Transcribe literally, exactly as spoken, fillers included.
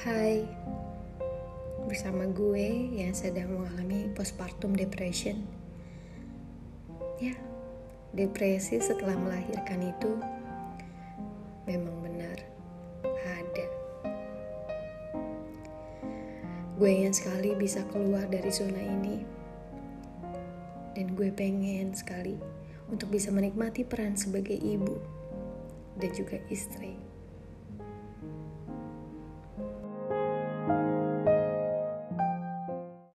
Hai, bersama gue yang sedang mengalami postpartum depression. Ya, depresi setelah melahirkan itu memang benar ada. Gue ingin sekali bisa keluar dari zona ini. Dan gue pengen sekali untuk bisa menikmati peran sebagai ibu dan juga istri.